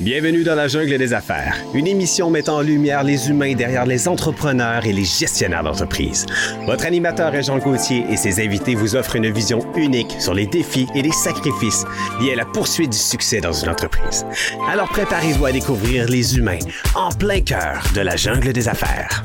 Bienvenue dans la jungle des affaires, une émission mettant en lumière les humains derrière les entrepreneurs et les gestionnaires d'entreprise. Votre animateur est Jean Gauthier et ses invités vous offrent une vision unique sur les défis et les sacrifices liés à la poursuite du succès dans une entreprise. Alors préparez-vous à découvrir les humains en plein cœur de la jungle des affaires.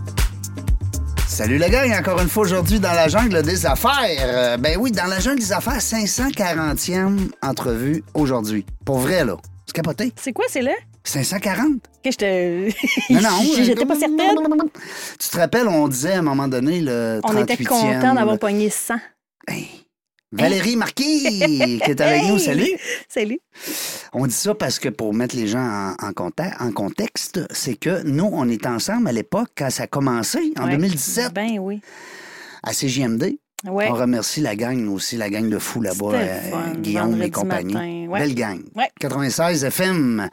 Salut la gang, encore une fois aujourd'hui dans la jungle des affaires. Ben oui, dans la jungle des affaires, 540e entrevue aujourd'hui. Pour vrai, là. C'est capoté. C'est quoi, c'est là? 540? Que je te... Non, J'étais pas certaine. Tu te rappelles, on disait à un moment donné le 38e... On était content d'avoir pogné 100. Hey. Valérie Marquis, qui est avec nous, salut. Salut. On dit ça parce que pour mettre les gens en contexte, c'est que nous, on était ensemble à l'époque quand ça a commencé, en 2017. Ben oui. À CJMD. Ouais. On remercie la gang, nous aussi, la gang de fous là-bas, Guillaume vendredi et compagnie. matin. Ouais. Belle gang. Ouais. 96 FM,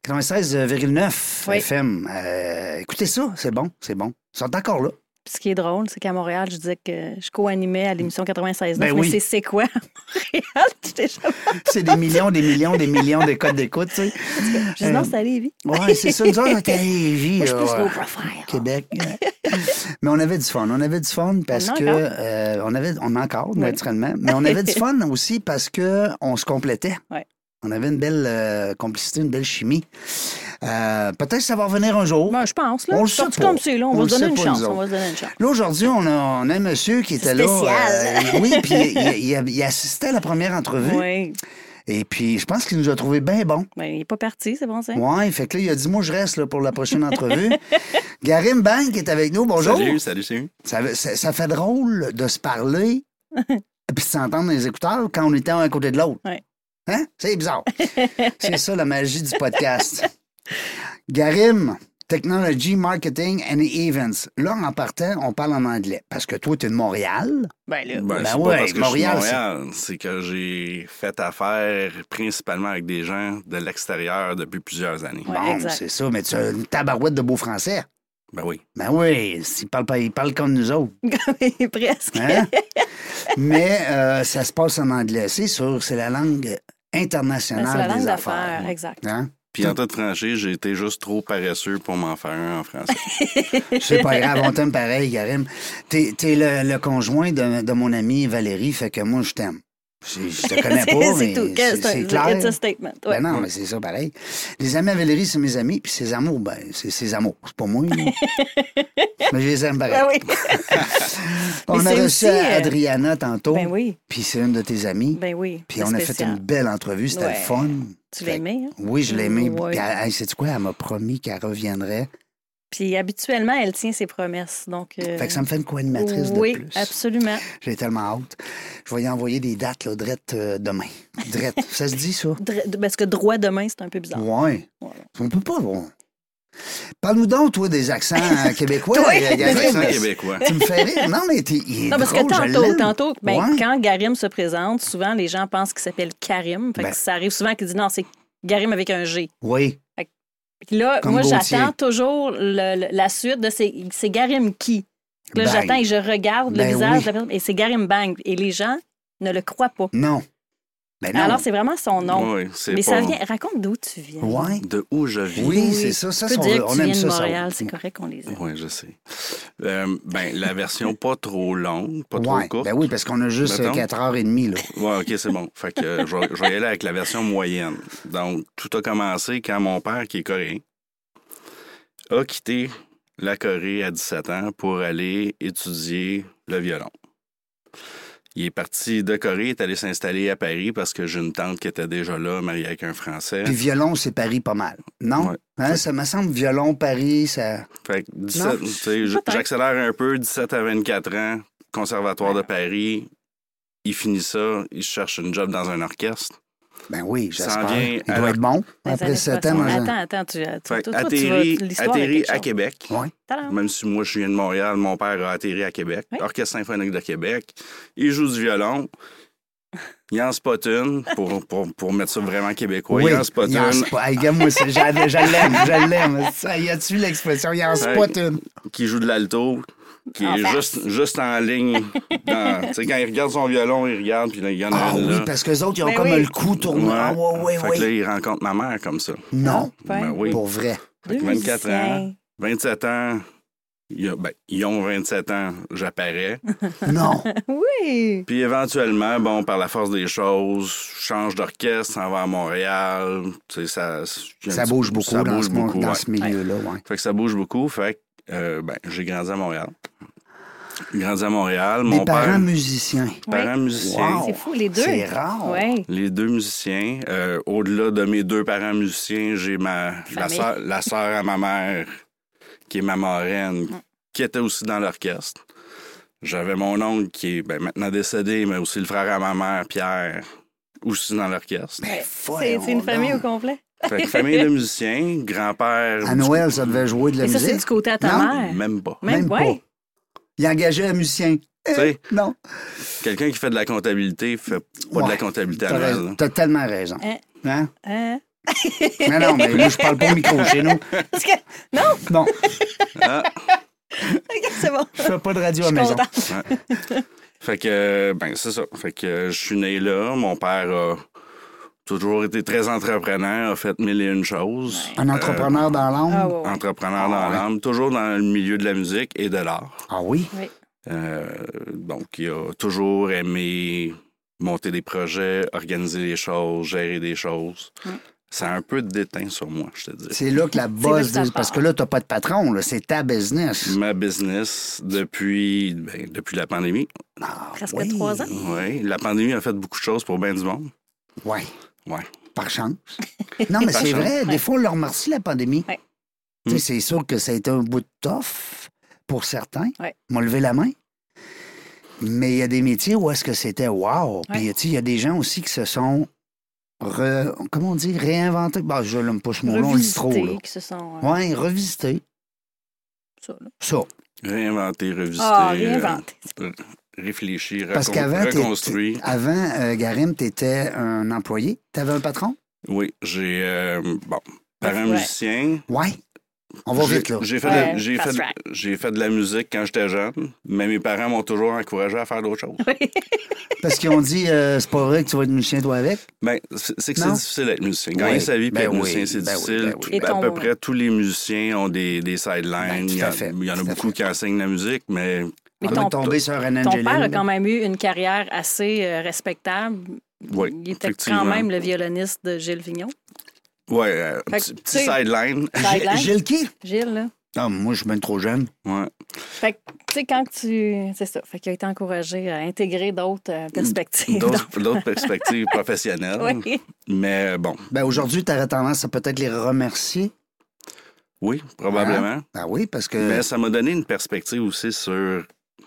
96,9 Oui. FM. Écoutez ça, c'est bon, c'est bon. Ils sont encore là. Puis ce qui est drôle, c'est qu'à Montréal, je disais que je co-animais à l'émission 96.9, Ben mais oui. c'est quoi à Montréal? J'étais jamais... C'est des millions de codes d'écoute, tu sais. Je dis non, c'est à Lévis. Oui, c'est ça, nous autres, on était à Lévis. Moi, je suis plus là, low profile. Québec. Mais on avait du fun. On avait du fun parce On a que... on a encore, naturellement. Mais on avait du fun aussi parce qu'on se complétait. Ouais. On avait une belle complicité, une belle chimie. Peut-être que ça va revenir un jour. Ben, je pense, là. On le Sorti sait pas. comme c'est, là. On va le se donner sait une pas, chance. nous On autres. va se donner une chance. Là, aujourd'hui, on a un monsieur qui était là. Spécial. Oui, puis il assistait à la première entrevue. Oui. Et puis, je pense qu'il nous a trouvé bien bon. Ben, il n'est pas parti, c'est bon, ça? Oui, fait que là, il a dit, moi, je reste là, pour la prochaine entrevue. Garim Bang qui est avec nous. Bonjour. Salut. Ça fait drôle de se parler puis de s'entendre dans les écouteurs quand on était un à côté de l'autre. Oui. Hein? C'est bizarre. C'est ça, la magie du podcast. Garim, Technology, Marketing and Events. Là, en partant, on parle en anglais. Parce que toi, tu es de Montréal. Ben, là. Ben, c'est ouais, pas parce que Montréal, je suis de Montréal, c'est que j'ai fait affaire principalement avec des gens de l'extérieur depuis plusieurs années. Ouais, Bon, exact. c'est ça, mais tu as une tabarouette de beau français. Ben oui. Ben oui, ils parlent comme nous autres. Presque. Hein? Mais ça se passe en anglais. C'est sûr, c'est la langue Ben, internationale c'est la langue des d'affaires, affaires. exact. Hein? Puis en toute franchise, j'ai été juste trop paresseux pour m'en faire un en français. C'est pas grave, on t'aime pareil, Garim. T'es le conjoint de mon amie Valérie, fait que moi, je t'aime. Je te connais pas, mais c'est tout. c'est clair. It's a statement. Ouais. Ben non, mais c'est ça, pareil. Les amis à Valérie, c'est mes amis, puis ses amours, ben, c'est ses amours. C'est pas moi, là. Mais je les aime pareil. Ben oui. On Mais a c'est reçu aussi, Adriana tantôt. Ben oui. Puis c'est une de tes amies. Ben oui. Puis c'est on a fait spécial. une belle entrevue, c'était Ouais. le fun. Tu l'as aimé, hein? Oui, je l'ai aimé. Ouais. Puis, hey, sais-tu quoi? Elle m'a promis qu'elle reviendrait. Puis habituellement, elle tient ses promesses. Donc, Fait que ça me fait une co-animatrice oui, de plus. absolument. J'ai tellement hâte. Je vais y envoyer des dates, là, drette demain. Drette. Ça se dit, ça? Parce que droit demain, c'est un peu bizarre. Ouais. Ouais. On peut pas, bon. Parle-nous donc, toi, des accents québécois. Toi, Garim. des Accent québécois. Tu me fais rire. Non, mais il est Non, parce drôle, je que l'aime. tantôt ben, Ouais. quand Garim se présente, souvent, les gens pensent qu'il s'appelle Karim. Fait Ben. que ça arrive souvent qu'ils disent non, c'est Garim avec un G. Oui. Puis là, Comme moi, Gauthier. j'attends toujours la suite de c'est Garim qui? Là, Bang. j'attends et je regarde Ben le visage oui. de la personne et c'est Garim Bang. Et les gens ne le croient pas. Non. Ben non. Alors, c'est vraiment son nom. Oui, c'est Mais pas... ça vient. Raconte d'où tu viens. Ouais. De où je viens. Oui, c'est ça. Ça, Tu peux on, dire que on tu aime viens de ça. Montréal, ça. c'est correct qu'on les aime. Oui, je sais. Ben, la version pas trop longue, pas trop Ouais. courte. Ben oui, parce qu'on a juste Mettons. 4h30, là. Ouais, OK, c'est bon. Fait que je vais y aller avec la version moyenne. Donc, tout a commencé quand mon père, qui est coréen, a quitté la Corée à 17 ans pour aller étudier le violon. Il est parti de Corée, il est allé s'installer à Paris parce que j'ai une tante qui était déjà là, mariée avec un Français. Puis violon, c'est Paris pas mal. Non? Ouais. Hein, ça me semble violon, Paris, ça... Fait que 17, Non, tu sais, peut-être. j'accélère un peu, 17 à 24 ans, Conservatoire de Paris. Il finit ça, il cherche une job dans un orchestre. Ben oui, Ça j'espère. en vient Il à doit la- être bon. Les Après années 7 ans, 60. dans un... Attends, Fait toi, tu vas atterri l'histoire avec à quelque chose. Québec. Ouais. Tadam. Même si moi, je viens de Montréal, mon père a atterri à Québec. Oui. Orchestre symphonique de Québec. Il joue du violon. Il en spot une, pour mettre ça vraiment québécois. Oui, Il en spot il en une spot. Hey, gars, moi, je l'aime. Ça, y a-tu l'expression? Il en spot une. qui joue de l'alto. qui En est face. juste en ligne. Tu sais, quand il regarde son violon, il regarde, puis là, il y en a Ah une oui, là. parce qu'eux autres, ils ont Ben comme oui. le cou tourné. Ah oui, Fait que là, il rencontre ma mère comme ça. Non, Ben oui. pour vrai. Fait que Deux 24 ans, musiciens. 27 ans, ils ont 27 ans, j'apparais. Non. Oui. Puis éventuellement, bon, par la force des choses, je change d'orchestre, s'en va à Montréal. Tu sais, Ça bouge beaucoup ça dans, bouge ce, beaucoup, dans ouais. ce milieu-là. Ouais. Fait que ça bouge beaucoup. Fait que, j'ai grandi à Montréal. Grandi à Montréal. Des Mon parents père, musiciens. parents musiciens. Wow. C'est fou, les deux. C'est rare. Oui. Les deux musiciens. Au-delà de mes deux parents musiciens, j'ai la Famille. sœur à ma mère, qui est ma marraine, qui était aussi dans l'orchestre. J'avais mon oncle qui est maintenant décédé, mais aussi le frère à ma mère, Pierre, aussi dans l'orchestre. Ben, C'est une famille au complet. Fait que famille de musiciens, grand-père... À Noël, ça devait jouer de la Et ça, musique. c'est du côté à ta Non. mère. Même pas. Même ouais. pas. Il engageait un musicien. Tu sais, Non. quelqu'un qui fait de la comptabilité fait pas de la Ouais. comptabilité à T'as Noël. raison. T'as tellement raison. Hein? Hein? Mais non, mais moi, je parle pas au micro chez nous. Parce que... Non, Non, Ah, c'est bon. je fais pas de radio Je à suis la maison. contente. fait que, c'est ça. Fait que je suis né là. Mon père a toujours été très entrepreneur, a fait mille et une choses. Un entrepreneur dans l'ombre? Ah, ouais, ouais. Entrepreneur dans Ah, ouais. l'âme, toujours dans le milieu de la musique et de l'art. Ah oui? Oui. Donc, il a toujours aimé monter des projets, organiser des choses, gérer des choses. Ça a un peu déteint sur moi, je te dis. C'est là que la là bosse... que ça Parce part. que là, t'as pas de patron, là. C'est ta business. Ma business depuis la pandémie. Ah, Presque oui. 3 ans. Oui, la pandémie a fait beaucoup de choses pour bien du monde. Oui, Ouais. par chance. Non, mais Par c'est chance. vrai. Des fois, on leur remercie la pandémie. Ouais. Tu sais, c'est sûr que ça a été un bout de tough pour certains. Ouais. Ils m'ont levé la main. Mais il y a des métiers où est-ce que c'était wow. Puis, Ouais. tu sais, il y a des gens aussi qui se sont, comment on dit, réinventés. Bah, je l'aime pas ce mot-là, on le dit trop. Là. Revisités, qui se sont... Oui, revisités. ça, là. Ça. Réinventer, revisiter. Ah, réinventer. Réfléchir, Parce qu'avant, reconstruire. Garim, tu étais un employé. Tu avais un patron? Oui, j'ai... parents Ouais. musiciens. Oui. On va vite, là. J'ai fait, Ouais, j'ai fast fait, track. j'ai fait de la musique quand j'étais jeune, mais mes parents m'ont toujours encouragé à faire d'autres choses. Parce qu'ils ont dit, c'est pas vrai que tu vas être musicien, toi, avec. Ben, c'est que c'est Non? difficile d'être musicien. Gagner Oui, sa vie ben puis être oui, musicien, c'est ben oui, difficile. ben oui. Et À peu ton- près tous les musiciens ont des sidelines. Ben, tout il y, à fait, il y en a tout à beaucoup fait. qui enseignent la musique, mais Mais On ton, est tombé sur un ton Angeline. père a quand même eu une carrière assez respectable. oui, Il était effectivement. quand même le violoniste de Gilles Vigneault. Ouais, Fait que, petit tu sais- sideline. Sideline. Gilles qui? Gilles, là. Ah, moi, je suis bien trop jeune. Ouais. Fait que, tu sais, quand tu... C'est ça. Fait qu'il a été encouragé à intégrer d'autres perspectives. D'autres perspectives professionnelles. Oui. Mais bon, Ben, aujourd'hui, tu aurais tendance à peut-être les remercier. oui, probablement. Ben oui, parce que. Mais ça m'a donné une perspective aussi sur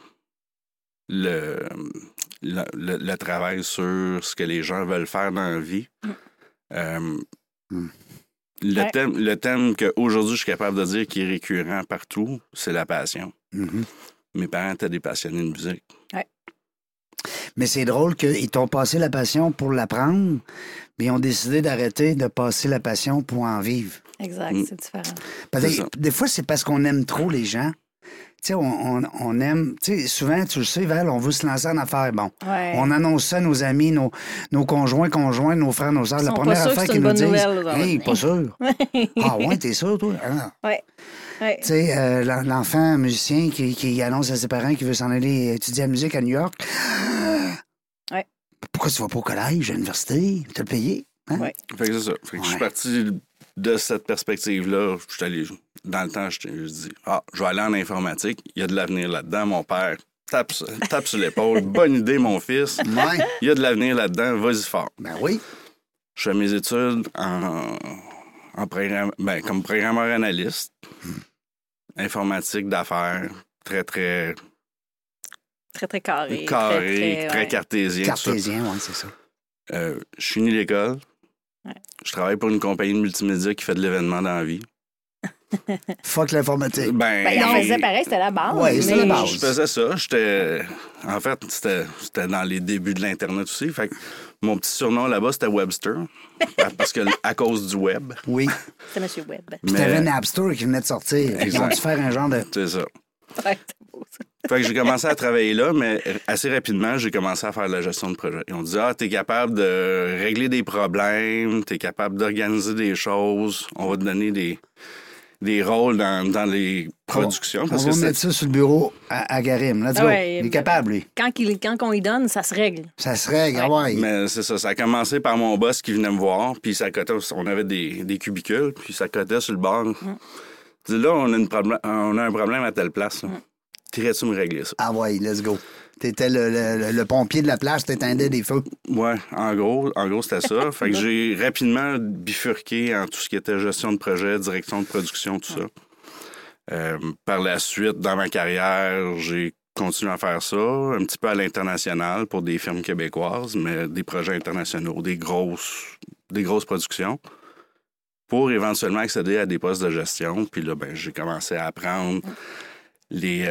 le travail, sur ce que les gens veulent faire dans la vie. Mm. Ouais. Le thème qu'aujourd'hui je suis capable de dire qui est récurrent partout, c'est la passion. Mhm. Mes parents étaient des passionnés de musique. Mais c'est drôle qu'ils t'ont passé la passion pour l'apprendre, mais ils ont décidé d'arrêter de passer la passion pour en vivre. Exact, Mm. c'est différent. Parce que C'est ça. des fois, c'est parce qu'on aime trop les gens. Tu sais, on aime. Tu sais, souvent, tu le sais, Val, on veut se lancer en affaires. Bon. Ouais. On annonce ça à nos amis, nos conjoints, nos frères, nos sœurs. Ils La sont première pas sûrs affaire que c'est qu'ils une nous bonne disent. nouvelle, là, Hey, dans pas sûr. Ah, ouais, t'es sûr, toi? Ah. Ouais. Ouais. Tu sais, l'enfant musicien qui annonce à ses parents qu'il veut s'en aller étudier la musique à New York. Ouais. Pourquoi tu vas pas au collège, à l'université? Tu as le payé? Hein? Ouais. Fait que c'est ça. Fait que je suis Ouais. parti de cette perspective-là. Je suis allé dans le temps, je dis je vais aller en informatique. Il y a de l'avenir là-dedans. Mon père tape sur l'épaule. Bonne idée, mon fils. Ouais. Il y a de l'avenir là-dedans. Vas-y fort. Ben oui. Je fais mes études comme programmeur analyste. Informatique d'affaires. Très, très Très, très carré. carré, très ouais. cartésien. tout ça. Cartésien, oui, c'est ça. Je finis l'école. Ouais. Je travaille pour une compagnie de multimédia qui fait de l'événement dans la vie. Fuck l'informatique. Ben, il en faisait pareil, c'était la base. Ouais, c'est la mais- base. Je faisais ça. En fait, c'était dans les débuts de l'Internet aussi. Fait que mon petit surnom là-bas, c'était Webster. Parce que à cause du web. Oui. C'est M. Webb. Puis t'avais Napster qui venait de sortir. Ils ont Exact. dû faire un genre de. C'est ça. Ouais, c'est beau, ça. Fait que j'ai commencé à travailler là, mais assez rapidement, j'ai commencé à faire de la gestion de projet. Ils ont dit, t'es capable de régler des problèmes, t'es capable d'organiser des choses, on va te donner des rôles dans les productions. On va mettre ça sur le bureau à Garim. Let's go. Ouais, Il est capable, lui. Quand on y donne, ça se règle. Ça se règle, ah ouais. Mais c'est ça, ça a commencé par mon boss qui venait me voir, puis ça cotait, on avait des cubicules, puis ça cotait sur le bord. Dis là, on a un problème à telle place. T'irais-tu me régler ça? Ah ouais, let's go. T'étais le pompier de la place, t'éteindais des feux. Ouais, en gros c'était ça. Fait que j'ai rapidement bifurqué en tout ce qui était gestion de projet, direction de production, tout ça. Par la suite, dans ma carrière, j'ai continué à faire ça, un petit peu à l'international pour des firmes québécoises, mais des projets internationaux, des grosses productions, pour éventuellement accéder à des postes de gestion. Puis là, j'ai commencé à apprendre les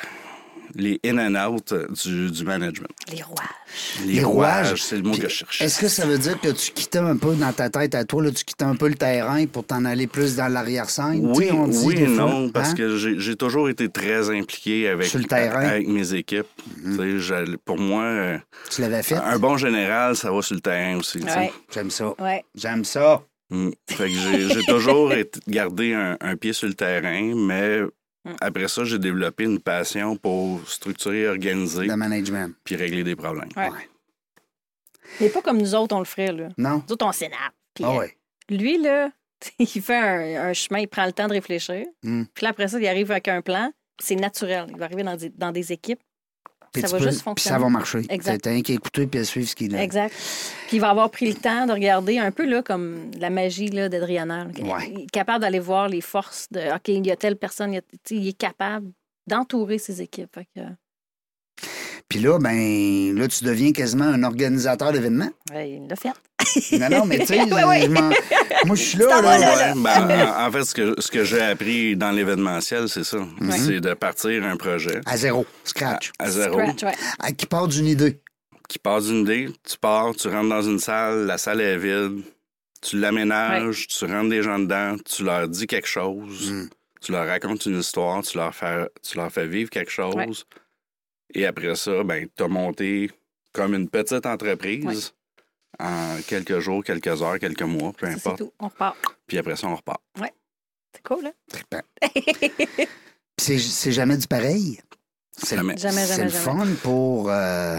in and out du management. Les rouages. Les rouages, c'est le mot que je cherchais. Est-ce que ça veut dire que tu quittais un peu dans ta tête à toi, là, tu quittais un peu le terrain pour t'en aller plus dans l'arrière-scène? Oui, on dit et non, parce que j'ai toujours été très impliqué Sur le terrain. avec mes équipes. Pour moi, tu l'avais fait? Un bon général, ça va sur le terrain aussi. Ouais. J'aime ça. Ouais. J'aime ça. Fait que j'ai toujours gardé un pied sur le terrain, mais après ça, j'ai développé une passion pour structurer et organiser. Le management. Puis régler des problèmes. Ouais. Mais pas comme nous autres, on le ferait, là. Non. Nous autres, on s'énerve. Puis, ouais. Lui, là, il fait un chemin, il prend le temps de réfléchir. Puis là, après ça, il arrive avec un plan. C'est naturel. Il va arriver dans des équipes. Puis ça va juste fonctionner. Puis ça va marcher. Exact. T'as rien qu'à écouter puis à suivre ce qu'il a. Exact. Puis il va avoir pris le temps de regarder un peu là, comme la magie là, d'Adriana. Ouais. Il est capable d'aller voir les forces de OK, il y a telle personne, il est capable d'entourer ses équipes. Fait que... Puis là, là, tu deviens quasiment un organisateur d'événements. Ouais, il l'a fait. Non, mais tu sais, Ouais. moi, je suis là. En fait, ce que j'ai appris dans l'événementiel, c'est ça. C'est de partir un projet. À zéro, scratch. À zéro. Scratch, ouais. Qui part d'une idée. Qui part d'une idée, tu pars, tu rentres dans une salle, la salle est vide, tu l'aménages, tu rentres des gens dedans, tu leur dis quelque chose, tu leur racontes une histoire, tu leur fais vivre quelque chose. Ouais. Et après ça, tu as monté comme une petite entreprise en quelques jours, quelques heures, quelques mois, peu importe. C'est tout, on repart. Puis après ça, on repart. Oui. C'est cool, hein? C'est jamais du pareil. Jamais. C'est le fun pour...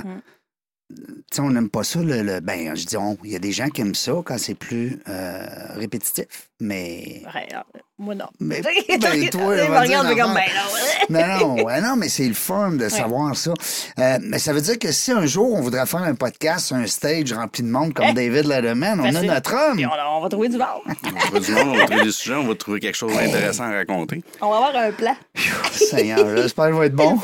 Tu sais, on n'aime pas ça. Je dis il y a des gens qui aiment ça quand c'est plus répétitif, mais... Ouais, moi, non. Mais toi, regarde, non, mais c'est le fun de savoir ça. Mais ça veut dire que si un jour, on voudrait faire un podcast, un stage rempli de monde comme David Letterman, on a notre homme. On va trouver du monde. On va trouver du monde, on va trouver des sujets, on va trouver quelque chose d'intéressant à raconter. On va avoir un plan. Seigneur, j'espère qu'il va être bon.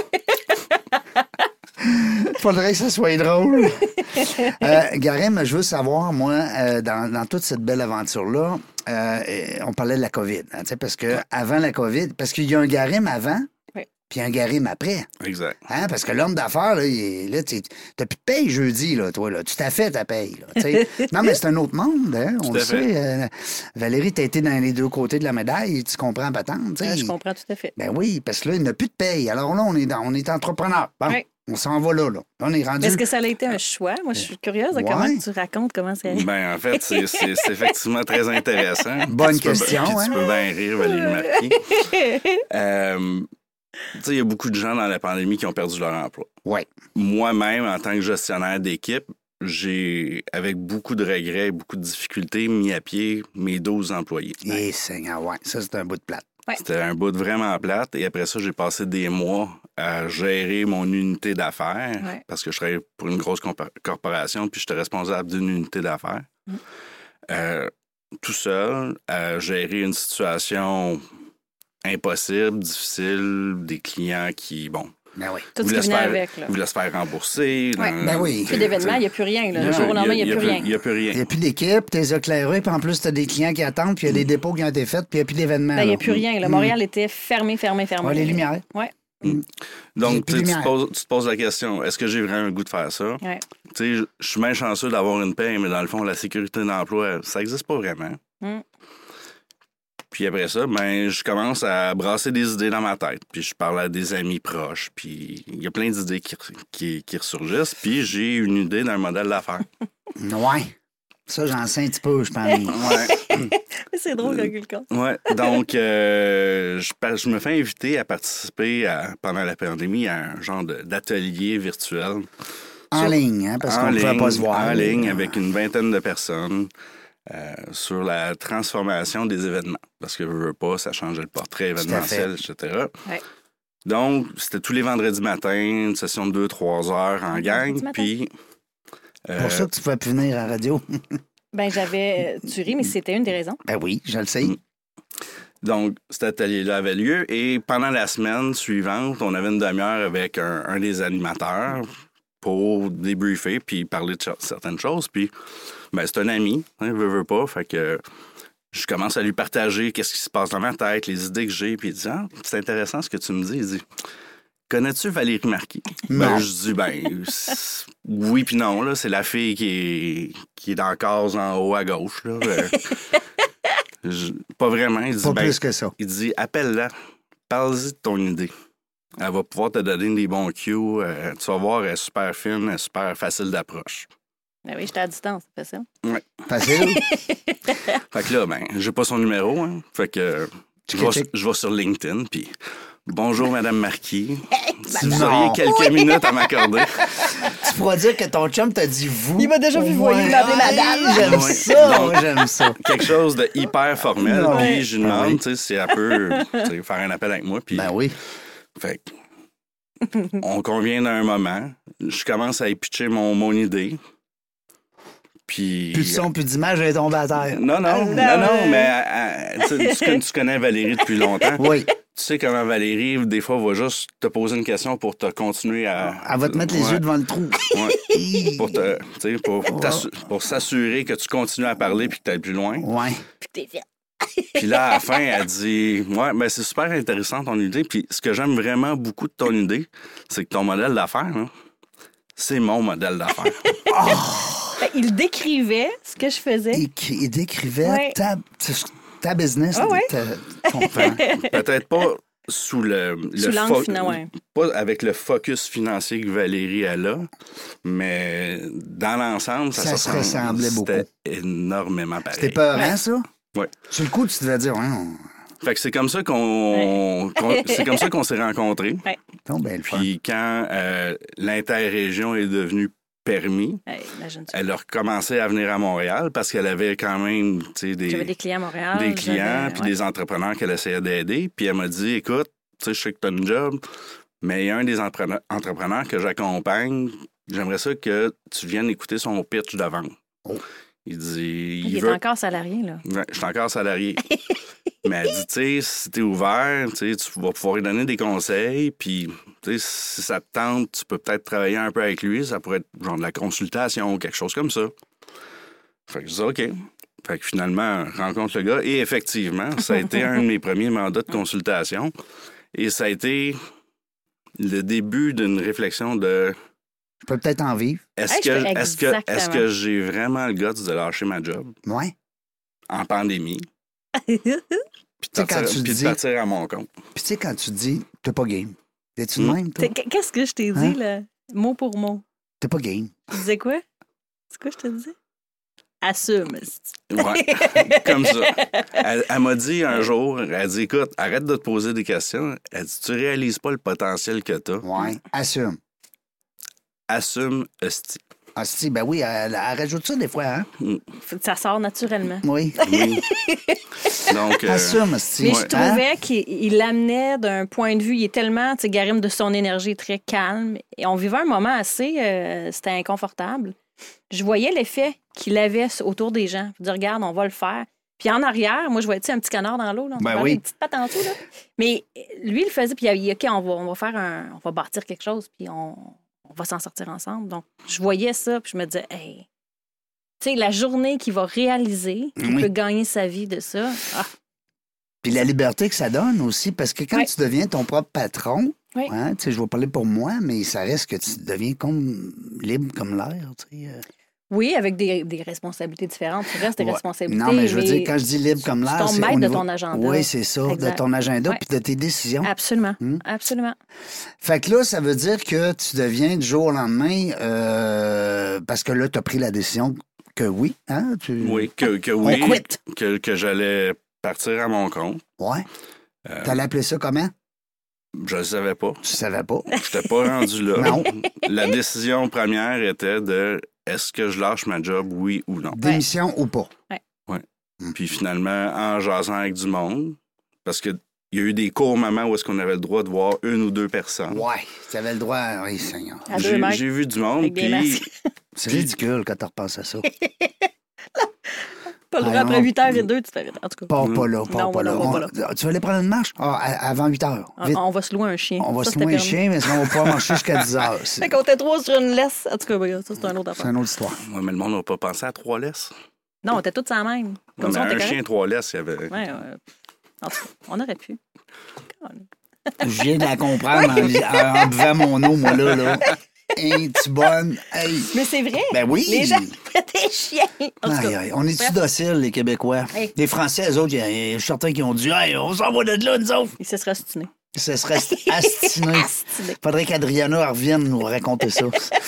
Faudrait que ça soit drôle. Garim, je veux savoir, moi, dans toute cette belle aventure-là, on parlait de la COVID, hein, parce que avant la COVID, parce qu'il y a un Garim avant, puis un Garim après. Exact. Hein, parce que l'homme d'affaires, là, t'as plus de paye jeudi, là, toi, là. Tu t'as fait ta paye, là. Non, mais c'est un autre monde, hein, on le sait. Valérie, t'as été dans les deux côtés de la médaille, tu comprends, patente. Je comprends tout à fait. Ben oui, parce que là, il n'a plus de paye. Alors là, on est entrepreneur. Bon. Oui. On s'en va là. On est rendu. Est-ce que ça a été un choix? Moi, je suis curieuse de comment tu racontes comment c'est. En fait, c'est effectivement très intéressant. Bonne question. Tu peux bien rire, Valérie Marquis. Il y a beaucoup de gens dans la pandémie qui ont perdu leur emploi. Oui. Moi-même, en tant que gestionnaire d'équipe, j'ai, avec beaucoup de regrets et beaucoup de difficultés, mis à pied mes 12 employés. Et Seigneur, ça, c'est un bout de plate. Ouais. C'était un bout de vraiment plate. Et après ça, j'ai passé des mois à gérer mon unité d'affaires parce que je travaillais pour une grosse corporation puis j'étais responsable d'une unité d'affaires. Tout seul, à gérer une situation impossible, difficile, des clients qui, Ben oui. Tout ce qui venait avec. Là. Vous laissez faire rembourser. Ben oui. Plus d'événements, il n'y a plus rien. Là. Le jour au lendemain, il n'y a plus rien. Il n'y a plus rien. Il n'y a plus d'équipe, tu les as éclairés, puis en plus, tu as des clients qui attendent, puis il y a des dépôts qui ont été faits, puis il n'y a plus d'événements. Il n'y a plus rien. Là. Montréal était fermé. Oui, les lumières. Oui. Donc, tu te poses la question, est-ce que j'ai vraiment le goût de faire ça? Ouais. Je suis bien chanceux d'avoir une paie, mais dans le fond, la sécurité d'emploi, ça n'existe pas vraiment. Puis après ça, ben, je commence à brasser des idées dans ma tête. Puis je parle à des amis proches. Puis il y a plein d'idées qui ressurgissent. Puis j'ai une idée d'un modèle d'affaires. Ouais. Ça, j'en sais un petit peu, je pense. Ouais. C'est drôle quand quelqu'un. Ouais. Donc, je me fais inviter à participer pendant la pandémie à un genre d'atelier virtuel. En ligne, hein, parce qu'on ne pouvait pas se voir. En ligne, avec une vingtaine de personnes. Sur la transformation des événements. Parce que je veux pas, ça changeait le portrait événementiel, etc. Ouais. Donc, c'était tous les vendredis matins, une session de 2-3 heures en gang. Puis. Pour ça que tu pouvais plus venir à la radio. Ben, tu ris, mais c'était une des raisons. Ben oui, je le sais. Donc, cet atelier-là avait lieu et pendant la semaine suivante, on avait une demi-heure avec un des animateurs pour débriefer puis parler de certaines choses. Puis, ben, c'est un ami, hein, veut pas. Fait que je commence à lui partager qu'est-ce qui se passe dans ma tête, les idées que j'ai. Puis il dit, c'est intéressant ce que tu me dis. Il dit, connais-tu Valérie Marquis? Non. Ben, je dis, oui puis non. Là, c'est la fille qui est dans la case en haut à gauche. Là. Pas vraiment. Il dit, Pas plus que ça. Il dit, appelle-la, parle-y de ton idée. Elle va pouvoir te donner des bons cues. Tu vas voir, elle est super fine, elle est super facile d'approche. Ben oui, j'étais à distance, c'est facile. Ouais. Facile. Fait que là, ben, j'ai pas son numéro. Hein. Fait que je vais sur LinkedIn, puis bonjour, Madame Marquis. Si vous auriez quelques minutes à m'accorder. Tu pourras dire que ton chum t'a dit vous. Il m'a déjà vu voyer m'appeler madame. J'aime Ouais. ça, Donc, moi, j'aime ça. Quelque chose de hyper formel. Ouais. Puis je lui demande si elle peut faire un appel avec moi. Puis, Ben oui. fait que, on convient d'un moment. Je commence à y pitcher mon idée. Puis. Plus de son, plus d'image, elle est tombée à terre. Non, mais tu connais Valérie depuis longtemps. Oui. Tu sais comment Valérie, des fois, va juste te poser une question pour te continuer à. Elle va te mettre les yeux devant le trou. Ouais. Pour s'assurer que tu continues à parler puis que tu ailles plus loin. Ouais. Puis t'es fait. Puis là, à la fin, elle dit ouais, ben c'est super intéressant ton idée. Puis ce que j'aime vraiment beaucoup de ton idée, c'est que ton modèle d'affaires, là, c'est mon modèle d'affaires. Ben, il décrivait ce que je faisais. Il décrivait Ouais. ta business. Ah ouais. Peut-être pas sous Sous l'angle final, ouais. pas avec le focus financier que Valérie elle a, mais dans l'ensemble, Ça se ressemblait beaucoup. C'était énormément pareil. C'était peurant, ça? Ouais. Sur le coup, tu devais dire, ouais, Fait que c'est comme ça qu'on s'est rencontrés. Ouais. donc, ben, le fun. Puis quand l'interrégion est devenue permis, Hey, imagine-tu. elle a recommencé à venir à Montréal parce qu'elle avait quand même J'avais des clients à Montréal. des clients puis ouais. des entrepreneurs qu'elle essayait d'aider. Puis elle m'a dit, écoute, tu sais, je sais que tu as une job, mais il y a un des entrepreneurs que j'accompagne. J'aimerais ça que tu viennes écouter son pitch de vente. Oh. Il dit... Il est encore salarié, là. Ouais, je suis encore salarié. Mais elle dit, tu sais, si t'es ouvert, tu vas pouvoir lui donner des conseils, puis, tu sais, si ça te tente, tu peux peut-être travailler un peu avec lui, ça pourrait être genre de la consultation ou quelque chose comme ça. Fait que je dis, OK. Fait que finalement, je rencontre le gars, et effectivement, ça a été un de mes premiers mandats de consultation, et ça a été le début d'une réflexion de... Je peux peut-être en vivre. Est-ce que j'ai vraiment le guts de lâcher ma job Ouais. en pandémie? Puis sais, quand tu de dis- partir à mon compte. Puis tu sais, quand tu dis, t'es pas game. T'es-tu de même, toi? Qu'est-ce que je t'ai dit, Hein? là? Mot pour mot. T'es pas game. Tu disais quoi? C'est quoi je te disais? Assume. Ouais, comme ça. Elle m'a dit un jour, elle dit, écoute, arrête de te poser des questions. Elle dit, tu réalises pas le potentiel que tu as. Ouais. Assume. Assume, esti. Ah, si, ben oui, elle rajoute ça des fois, hein? Ça sort naturellement. Oui. Oui. Donc, Assume, si. Mais je trouvais qu'il l'amenait d'un point de vue, il est tellement, tu sais, Garim, de son énergie très calme. Et on vivait un moment assez, c'était inconfortable. Je voyais l'effet qu'il avait autour des gens. Je dis, regarde, on va le faire. Puis en arrière, moi, je voyais, tu sais, un petit canard dans l'eau, là. On Ben parlait oui. Une petite patte en dessous, là. Mais lui, il le faisait, puis il a dit, OK, on va bâtir quelque chose, puis on va s'en sortir ensemble. Donc, je voyais ça, puis je me disais, hey, tu sais, la journée qu'il va réaliser, qu'il Oui. peut gagner sa vie de ça. Ah, Puis la liberté que ça donne aussi, parce que quand Oui. tu deviens ton propre patron, Oui. hein, tu sais, je vais parler pour moi, mais ça reste que tu deviens comme libre comme l'air, tu sais. Oui, avec des responsabilités différentes. Tu restes des Ouais. responsabilités. Non, mais je veux dire, quand je dis libre comme l'air, tu c'est tombes maître au de niveau... ton agenda. Oui, c'est ça, Exact. de ton agenda Ouais. puis de tes décisions. Absolument. Absolument. Fait que là, ça veut dire que tu deviens du jour au lendemain, parce que là, tu as pris la décision que oui, hein? Oui, que On oui, quitte. que j'allais partir à mon compte. Ouais. T'allais appeler ça comment? Je le savais pas. Tu savais pas. Je n'étais pas rendu là. Non. La décision première était de est-ce que je lâche ma job, oui ou non. Démission ou pas. Puis finalement, en jasant avec du monde, parce qu'il y a eu des courts moments où est-ce qu'on avait le droit de voir une ou deux personnes. Ouais, tu avais le droit. Oui, Seigneur. À 2 mètres. J'ai vu du monde, Avec des puis masques. C'est ridicule quand tu repenses à ça. Pas le droit Ah, après non. 8h02, tu t'arrêtes. En tout cas, Pas là, pas Non, là. non, pas là. Tu vas aller prendre une marche? Ah, avant 8 heures. Vite. on va se louer un chien. On va Ça, se c'était louer un permis. chien, mais sinon, on va pouvoir marcher jusqu'à 10 heures. Fait C'est qu'on était 3 sur une laisse. En tout cas, regarde, ça, c'est un autre c'est affaire. une autre histoire. ouais, mais le monde n'a pas pensé à 3 laisses. Non, on était tous en même. Non, Comme mais ça, on était un correct. chien, 3 laisses, il y avait. Ouais, en tout cas, on aurait pu. Je viens de la comprendre en buvant mon eau, moi, là. Hey, tu bonne. Hey. Mais c'est vrai. Ben oui. Les gens étaient chiens. En tout Aïe, cas, aïe. On est-tu bref. dociles, les Québécois? Hey. Les Français, eux autres, il y a certains qui ont dit hey, on s'en va de là, nous autres. il se serait ostiné. Ce serait astiné. Astiné. Faudrait qu'Adriana revienne nous raconter ça.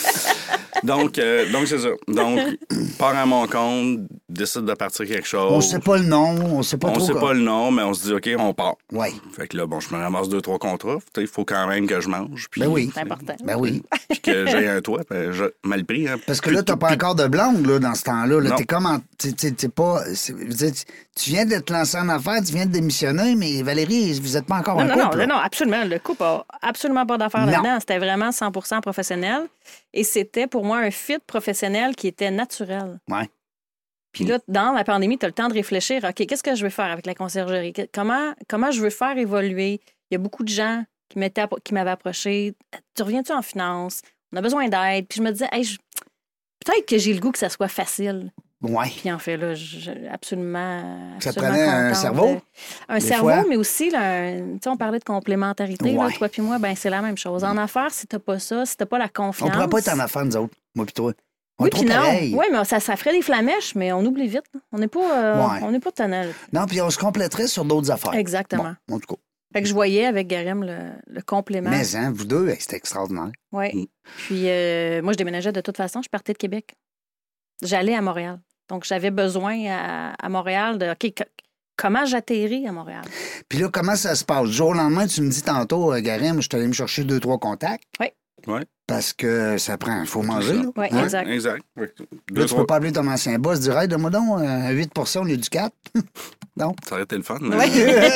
Donc c'est ça. Donc, part à mon compte, décide de partir quelque chose. On sait pas le nom, on sait pas On trop. sait quoi. pas le nom, mais on se dit, OK, on part. Ouais. Fait que là, bon, je me ramasse 2-3 contrats. Il faut quand même que je mange. Puis, Ben oui. C'est important. Ben oui. Puis que j'ai un toit. Ben, mal pris. Hein. Parce que là, t'as pas encore de blonde là, dans ce temps-là. Là. Non. T'es comme en. T'es pas. Je veux dire, tu viens de te lancer en affaires, tu viens de démissionner, mais Valérie, vous êtes pas encore en couple. là. Non, absolument. Le couple a absolument pas d'affaires Non. là-dedans. C'était vraiment 100% professionnel. Et c'était pour moi un fit professionnel qui était naturel. Ouais. Puis là, dans la pandémie, tu as le temps de réfléchir, OK, qu'est-ce que je veux faire avec la conciergerie? Comment je veux faire évoluer? Il y a beaucoup de gens qui m'avaient approché. Tu reviens-tu en finance? On a besoin d'aide. Puis je me disais, hey, peut-être que j'ai le goût que ça soit facile. Ouais. Puis en fait, là, absolument. Ça absolument prenait un contente. cerveau? Un Des cerveau, fois. mais aussi, là, tu sais, on parlait de complémentarité. Là, Ouais. toi puis moi, ben, c'est la même chose. En affaires, si t'as pas ça, si t'as pas la On confiance. pourrait pas être en affaires, nous autres, moi pis toi. On Oui, est trop puis non. pareil. Oui, mais ça ferait des flamèches, mais on oublie vite. là. On n'est pas, Ouais. on n'est pas tannant. là. Non, puis on se compléterait sur d'autres affaires. Exactement. Bon, en tout cas. Fait que je voyais avec Garem le complément. Mais, hein, vous deux, c'est extraordinaire. Oui. Puis moi, je déménageais de toute façon. Je partais de Québec. J'allais à Montréal. Donc, j'avais besoin à Montréal de OK, comment j'atterris à Montréal? Puis là, comment ça se passe? Du jour au lendemain, tu me dis tantôt, Garem, je suis allé me chercher 2-3 contacts. Oui. Ouais. Parce que ça prend, il faut manger. ça. Là. Oui, Hein? exact. Exact. Ouais. Là, Deux, tu trois. peux pas appeler ton ancien boss, dire hey, donne-moi donc 8 au lieu du 4. Non. Ça aurait été le fun. Mais Oui.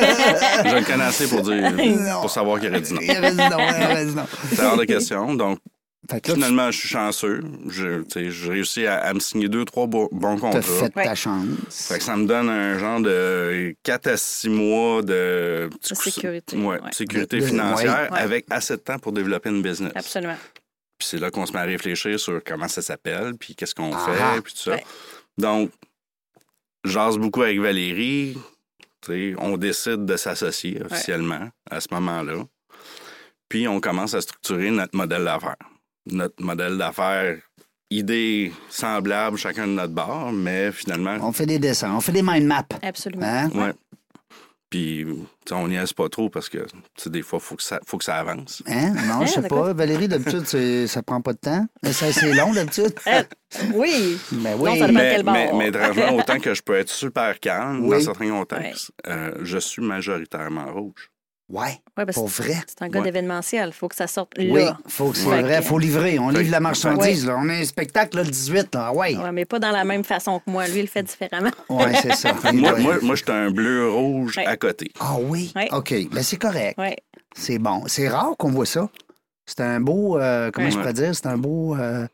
je le connais assez pour dire, Non. pour savoir qu'il aurait dit non. Il avait dit non, il avait dit non. C'est hors de question. Donc, Fait que là, finalement, je suis chanceux. J'ai réussi à me signer 2-3 bons tu as contrats. fait Ouais. ta chance. Fait que ça me donne un genre de 4 à 6 mois de sécurité, Ouais, ouais. sécurité De- financière ouais. avec assez de temps pour développer une business. Absolument. Puis c'est là qu'on se met à réfléchir sur comment ça s'appelle, puis qu'est-ce qu'on Ah. fait, puis tout ça. Ouais. Donc, j'ase beaucoup avec Valérie. Tu sais, on décide de s'associer officiellement à ce moment-là. Puis on commence à structurer notre modèle d'affaires. Notre modèle d'affaires, idée semblable chacun de notre bord, mais finalement, On fait des dessins, on fait des mind maps. Absolument. Hein? ouais. Puis, tu sais, on n'y aise pas trop parce que, tu sais, des fois, faut que ça avance. Hein? Non, je sais d'accord. pas. Valérie, d'habitude, ça prend pas de temps. Mais ça, c'est long, d'habitude. Oui. Ben Non, oui. ça dépend de Mais, quel bord. mais étrangement, autant que je peux être super calme Oui. dans certains contextes, je suis majoritairement rouge. Ouais, Ouais, parce pour que vrai. c'est un gars Ouais. d'événementiel. Il faut que ça sorte là. Oui, faut que c'est Fait vrai. que- Faut livrer. On livre la marchandise. Ouais. Là. On a un spectacle là, le 18. Là. Ouais. Ouais, mais pas dans la même façon que moi. Lui, il le fait différemment. Ouais, c'est ça. Il Moi, doit- moi, je suis un bleu-rouge Ouais. à côté. Ah oui? Ouais. OK. Ben, c'est correct. Oui. C'est bon. C'est rare qu'on voit ça. C'est un beau, comment Ouais. je pourrais dire, c'est un beau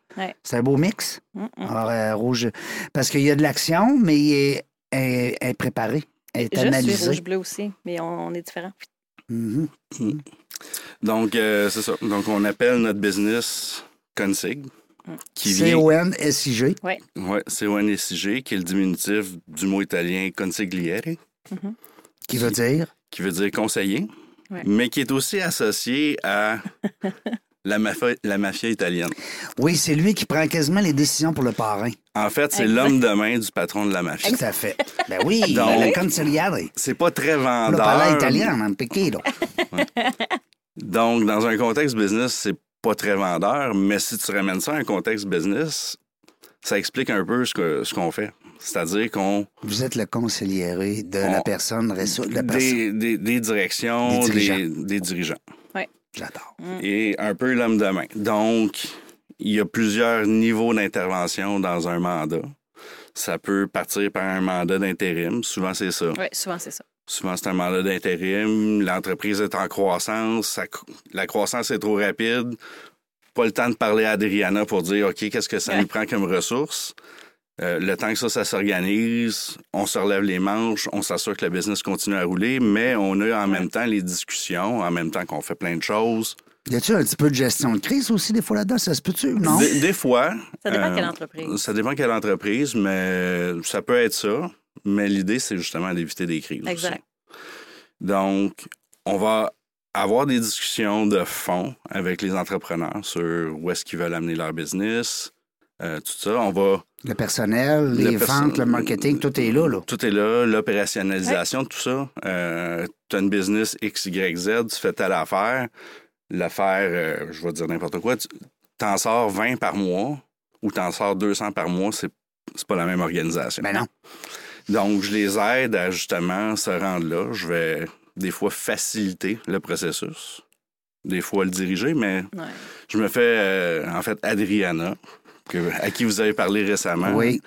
mix. Alors, rouge, parce qu'il y a de l'action, mais elle est préparée, elle est Je suis analysée. rouge-bleu aussi, mais on est différents. Mhm. Donc, c'est ça. Donc, on appelle notre business Consig, qui vient... C-O-N-S-I-G. Oui. Ouais, C-O-N-S-I-G, qui est le diminutif du mot italien consigliere, Qui veut dire? qui veut dire conseiller, Ouais. mais qui est aussi associé à La mafia italienne. Oui, c'est lui qui prend quasiment les décisions pour le parrain. En fait, c'est l'homme de main du patron de la mafia. Tout à fait. Ben oui, Donc, le consigliere. C'est pas très Le vendeur. parla italien, un pequito. Donc, dans un contexte business, c'est pas très vendeur, mais si tu ramènes ça à un contexte business, ça explique un peu ce qu'on fait. C'est-à-dire qu'on... Vous êtes le consigliere de la personne, des directions, des dirigeants. Oui. J'adore. Et un peu l'homme de main. Donc, il y a plusieurs niveaux d'intervention dans un mandat. Ça peut partir par un mandat d'intérim. Souvent, c'est ça. Oui, souvent, c'est ça. Souvent, c'est un mandat d'intérim. L'entreprise est en croissance. La croissance est trop rapide. Pas le temps de parler à Adriana pour dire, OK, qu'est-ce que ça nous prend comme ressources? Le temps que ça s'organise, on se relève les manches, on s'assure que le business continue à rouler, mais on a en même temps les discussions, en même temps qu'on fait plein de choses. Y a-tu un petit peu de gestion de crise aussi, des fois, là-dedans? Ça se peut-tu, non? Des fois. Ça dépend de quelle entreprise. Ça dépend de quelle entreprise, mais ça peut être ça. Mais l'idée, c'est justement d'éviter des crises. Exact. Aussi. Donc, on va avoir des discussions de fond avec les entrepreneurs sur où est-ce qu'ils veulent amener leur business, tout ça. On va... Le personnel, les ventes, le marketing, tout est là. Tout est là, l'opérationnalisation, tout ça. Tu as une business X, Y, Z, tu fais telle affaire. L'affaire, je vais dire n'importe quoi, tu t'en sors 20 par mois ou t'en sors 200 par mois, c'est pas la même organisation. Ben non. Donc, je les aide à justement se rendre là. Je vais des fois faciliter le processus, des fois le diriger, mais je me fais, en fait, Adriana, à qui vous avez parlé récemment, oui.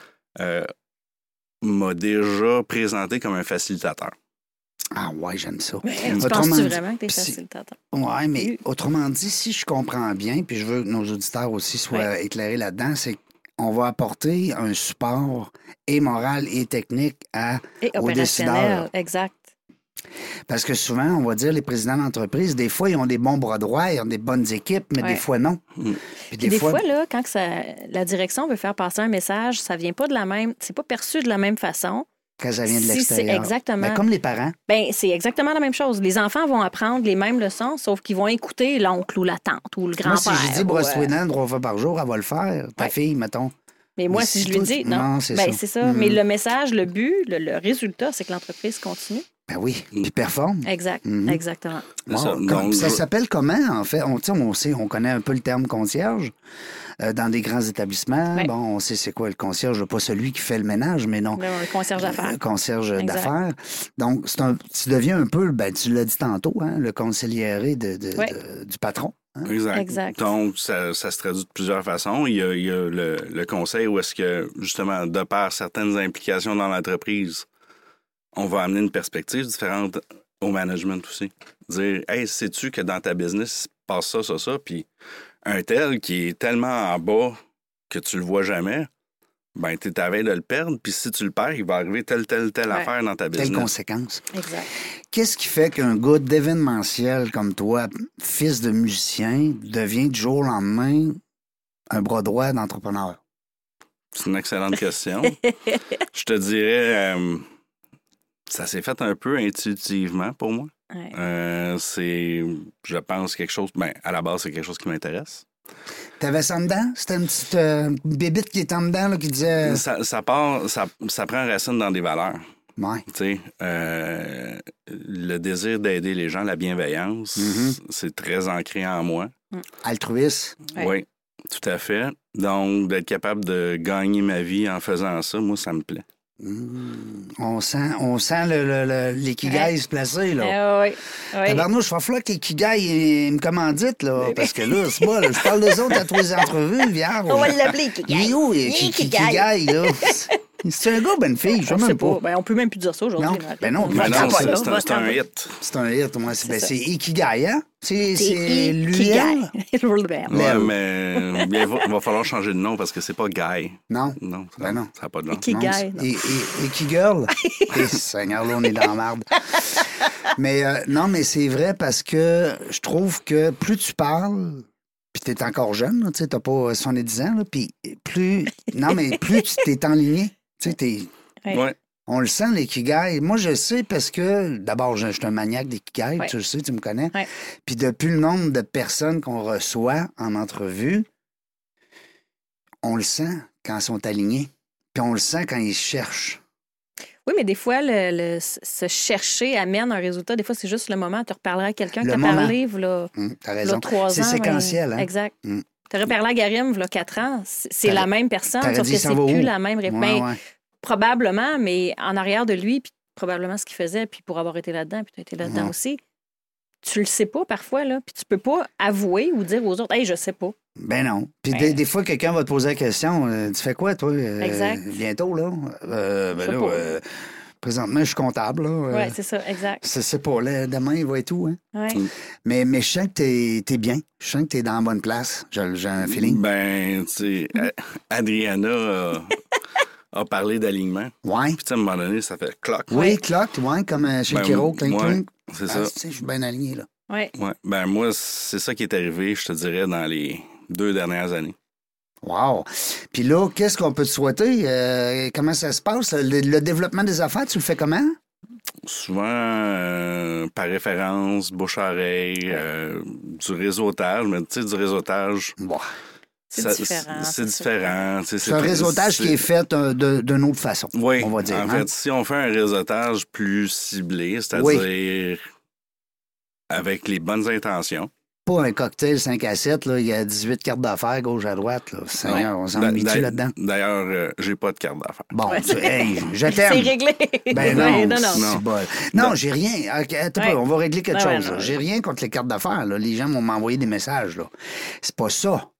M'a déjà présenté comme un facilitateur. Ah ouais, j'aime ça. Tu penses-tu vraiment que tu es facilitateur? Oui, mais autrement dit, si je comprends bien, puis je veux que nos auditeurs aussi soient éclairés là-dedans, c'est qu'on va apporter un support et moral et technique aux décideurs. Exact. Parce que souvent, on va dire, les présidents d'entreprise, des fois, ils ont des bons bras droits, ils ont des bonnes équipes, mais des fois, non. Puis des fois, là, quand la direction veut faire passer un message, ça vient pas de la même... C'est pas perçu de la même façon. Quand ça vient de l'extérieur. Exactement. Ben, comme les parents. Ben, c'est exactement la même chose. Les enfants vont apprendre les mêmes leçons, sauf qu'ils vont écouter l'oncle ou la tante ou le grand-père. Moi, si je dis brosse-toi les dents 3 fois par jour, elle va le faire. Ta fille, mettons. Mais moi, si je lui dis, non, c'est ça. Mais le message, le but, le résultat, c'est que l'entreprise continue. Ben oui, puis performe. Exact, exactement. Wow. Ça s'appelle comment, en fait? On connaît un peu le terme concierge dans des grands établissements. Ouais. Bon, on sait c'est quoi le concierge, pas celui qui fait le ménage, mais non. Le concierge d'affaires. Le concierge d'affaires. Donc, tu deviens un peu, tu l'as dit tantôt, hein, le consigliere du patron. Hein? Exact. Donc, ça se traduit de plusieurs façons. Il y a le conseil où est-ce que, justement, de par certaines implications dans l'entreprise, on va amener une perspective différente au management aussi. Dire, hey, sais-tu que dans ta business, il passe ça, puis un tel qui est tellement en bas que tu le vois jamais, ben, tu es à veille de le perdre, puis si tu le perds, il va arriver telle affaire dans ta business. Telle conséquence. Exact. Qu'est-ce qui fait qu'un gars d'événementiel comme toi, fils de musicien, devient du jour au lendemain un bras droit d'entrepreneur? C'est une excellente question. Je te dirais... ça s'est fait un peu intuitivement pour moi. Ouais. C'est, je pense, quelque chose... Ben, à la base, c'est quelque chose qui m'intéresse. T'avais ça en dedans? C'était une petite bébite qui était en dedans, là, qui disait... Ça prend racine dans des valeurs. Ouais. Tu sais, le désir d'aider les gens, la bienveillance, c'est très ancré en moi. Altruiste. Oui, tout à fait. Donc, d'être capable de gagner ma vie en faisant ça, moi, ça me plaît. On sent l'ikigai se placer, là. Oui. Tabarnouche, il va falloir que l'ikigai me commandite, là, parce que là, c'est moi, là, je parle d'eux autres à tous les entrevues, vierge. On va l'appeler Ikigai. Il est où, Ikigai, là? C'est un gars ou une fille? Je sais même pas. Ben, on peut même plus dire ça aujourd'hui. Non, c'est un hit. C'est un hit, moi. C'est Ikigai, hein? C'est l'UL. Ouais, mais il va falloir changer de nom parce que c'est pas Guy. Non. Non, ça n'a pas de nom. Ikigai. Ikigirl. Seigneur, là, on est dans la merde. Mais non, mais c'est vrai parce que je trouve que plus tu parles, puis t'es encore jeune, tu sais, t'as pas 70 ans, là, puis plus tu t'es enligné, tu sais, Ouais. On le sent, l'ikigai. Moi, je sais parce que, d'abord, je suis un maniaque d'ikigai, Ouais. tu le sais, tu me connais. Ouais. Puis depuis le nombre de personnes qu'on reçoit en entrevue, on le sent quand ils sont alignés. Puis on le sent quand ils cherchent. Oui, mais des fois, se chercher amène un résultat. Des fois, c'est juste le moment. Tu reparleras à quelqu'un Le qui t'a moment. parlé, voilà, T'as raison. 3 ans. C'est séquentiel, mais... hein? Exact. Mm. Tu aurais parlé à Garim, voilà 4 ans. C'est T'aurais- la même personne, t'aurais sauf dit, que ça c'est va plus où? la même réponse. Ouais, ouais. Probablement, mais en arrière de lui, puis probablement ce qu'il faisait, puis pour avoir été là-dedans, puis tu as été là-dedans Ouais. aussi, tu le sais pas parfois, là, puis tu peux pas avouer ou dire aux autres, « Hey, je sais pas. Ben non. Puis Ben- des fois, quelqu'un va te poser la question, tu fais quoi, toi? Exact. Bientôt, là? Je sais pas. Présentement, je suis comptable, là. Ouais, c'est ça, exact. C'est pas là. Demain, il va être où, hein? Ouais. Mais je sens que t'es bien. Je sens que t'es dans la bonne place. J'ai un feeling. Ben, tu sais, Adriana a parlé d'alignement. Ouais. Puis, tu sais, à un moment donné, ça fait cloc. Oui, clock, ouais, comme chez Ben, Kiro, clink, ouais, clink. c'est Ah, ça. tu sais, je suis bien aligné, là. Ouais. Ouais. Ben, moi, c'est ça qui est arrivé, je te dirais, dans les 2 dernières années. Wow. Puis là, qu'est-ce qu'on peut te souhaiter? Comment ça se passe? Le développement des affaires, tu le fais comment? Souvent, par référence, bouche-oreille, du réseautage, mais tu sais, du réseautage... Bon. C'est ça- différent. C'est différent. tu sais, C'est un réseautage qui est fait d'une autre façon, Oui, on va dire. en hein? fait, si on fait un réseautage plus ciblé, c'est-à-dire avec les bonnes intentions. Pas un cocktail 5 à 7, là, il y a 18 cartes d'affaires gauche à droite. Là. Seigneur, on s'ennuie-tu là-dedans? D'ailleurs, j'ai pas de carte d'affaires. Bon, Ouais. hey, je C'est t'aime. réglé. Ben non, Ouais, non. c'est bol. Non, j'ai rien. OK, attends Ouais. pas, on va régler quelque Ouais, chose. ouais, là. non. J'ai rien contre les cartes d'affaires. Là. Les gens vont m'envoyer des messages. Là. C'est pas ça.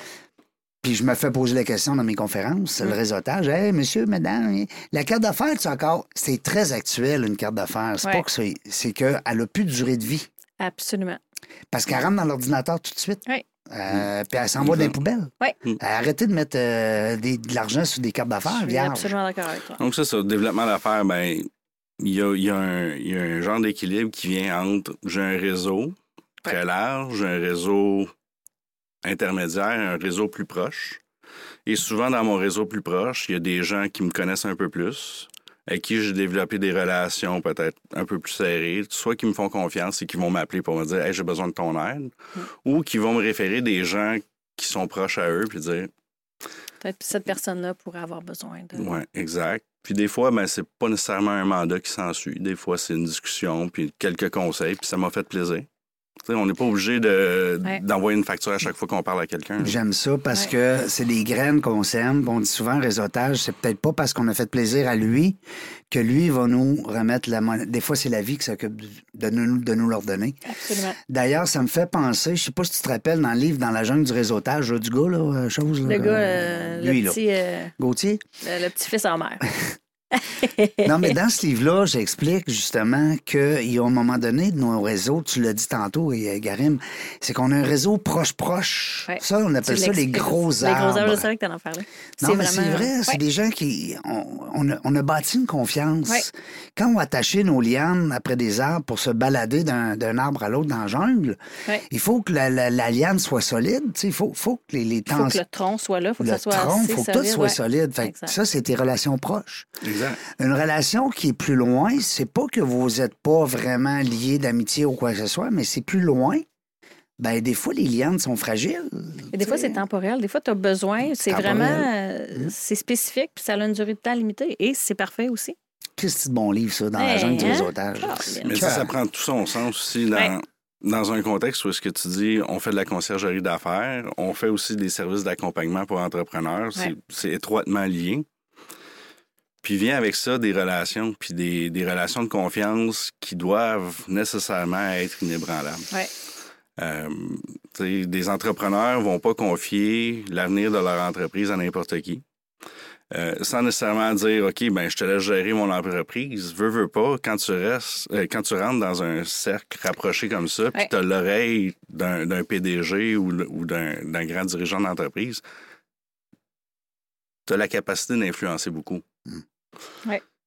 Puis je me fais poser la question dans mes conférences, c'est le réseautage. Hey, monsieur, madame, la carte d'affaires, c'est très actuel, une carte d'affaires. C'est Ouais. pas que c'est qu'elle a plus de durée de vie. Absolument. Parce qu'elle rentre dans l'ordinateur tout de suite. Oui. Puis elle s'envoie dans les poubelles. Oui. Arrêtez de mettre de l'argent sur des cartes d'affaires, Je suis vierge. absolument d'accord avec toi. Donc, ça, le développement d'affaires, ben, il y a un genre d'équilibre qui vient entre j'ai un réseau très large, j'ai un réseau intermédiaire, un réseau plus proche. Et souvent, dans mon réseau plus proche, il y a des gens qui me connaissent un peu plus, avec qui j'ai développé des relations peut-être un peu plus serrées, soit qui me font confiance et qui vont m'appeler pour me dire « Hey, j'ai besoin de ton aide ou qui vont me référer des gens qui sont proches à eux puis dire Peut-être que cette personne-là pourrait avoir besoin de... « Ouais, exact. » Puis des fois, ben, c'est pas nécessairement un mandat qui s'ensuit. Des fois, c'est une discussion puis quelques conseils, puis ça m'a fait plaisir. Tu sais, on n'est pas obligé d'envoyer une facture à chaque fois qu'on parle à quelqu'un. J'aime ça parce Ouais. que c'est des graines qu'on sème. On dit souvent réseautage, c'est peut-être pas parce qu'on a fait plaisir à lui que lui va nous remettre la monnaie. Des fois, c'est la vie qui s'occupe de nous leur donner. Absolument. D'ailleurs, ça me fait penser, je sais pas si tu te rappelles dans le livre Dans la jungle du réseautage, là, du gars, là, chose. Le là, gars, lui, le là. petit, Gauthier. le petit fils en mère. Non, mais dans ce livre-là, j'explique justement qu'il y a un moment donné de nos réseaux, tu l'as dit tantôt, Garim, c'est qu'on a un réseau proche-proche. Ouais. Ça, on appelle Tu ça les l'expliques. gros Les arbres. gros arbres, je savais que tu en parlais. Non, mais c'est vrai, c'est Ouais. des gens qui... On a bâti une confiance. Ouais. Quand on va attacher nos lianes après des arbres pour se balader d'un arbre à l'autre dans la jungle, Ouais. il faut que la liane soit solide. Tu sais, il faut que les Il faut tensions... que le tronc soit là, il faut que Le ça soit tronc, assez faut que solide. tout soit ouais. solide. Fait que Exact. ça, c'est tes relations proches. Exact. Une relation qui est plus loin, c'est pas que vous n'êtes pas vraiment liés d'amitié ou quoi que ce soit, mais c'est plus loin. Ben des fois, les lianes sont fragiles. Et des fois, c'est temporel. Des fois, tu as besoin. C'est Temporel. vraiment... c'est spécifique, puis ça a une durée de temps limitée. Et c'est parfait aussi. Qu'est-ce que c'est de bon livre, ça, dans la Hey, jungle du hein? réseautage. Oh, Mais ça prend tout son sens aussi dans un contexte où est-ce que tu dis on fait de la conciergerie d'affaires, on fait aussi des services d'accompagnement pour entrepreneurs. Ouais. C'est étroitement lié. Puis vient avec ça des relations, puis des relations de confiance qui doivent nécessairement être inébranlables. Ouais. Des entrepreneurs vont pas confier l'avenir de leur entreprise à n'importe qui. Sans nécessairement dire OK, ben je te laisse gérer mon entreprise. Veux pas, quand tu rentres dans un cercle rapproché comme ça, puis Ouais. tu as l'oreille d'un PDG ou d'un grand dirigeant d'entreprise, tu as la capacité d'influencer beaucoup. Ouais.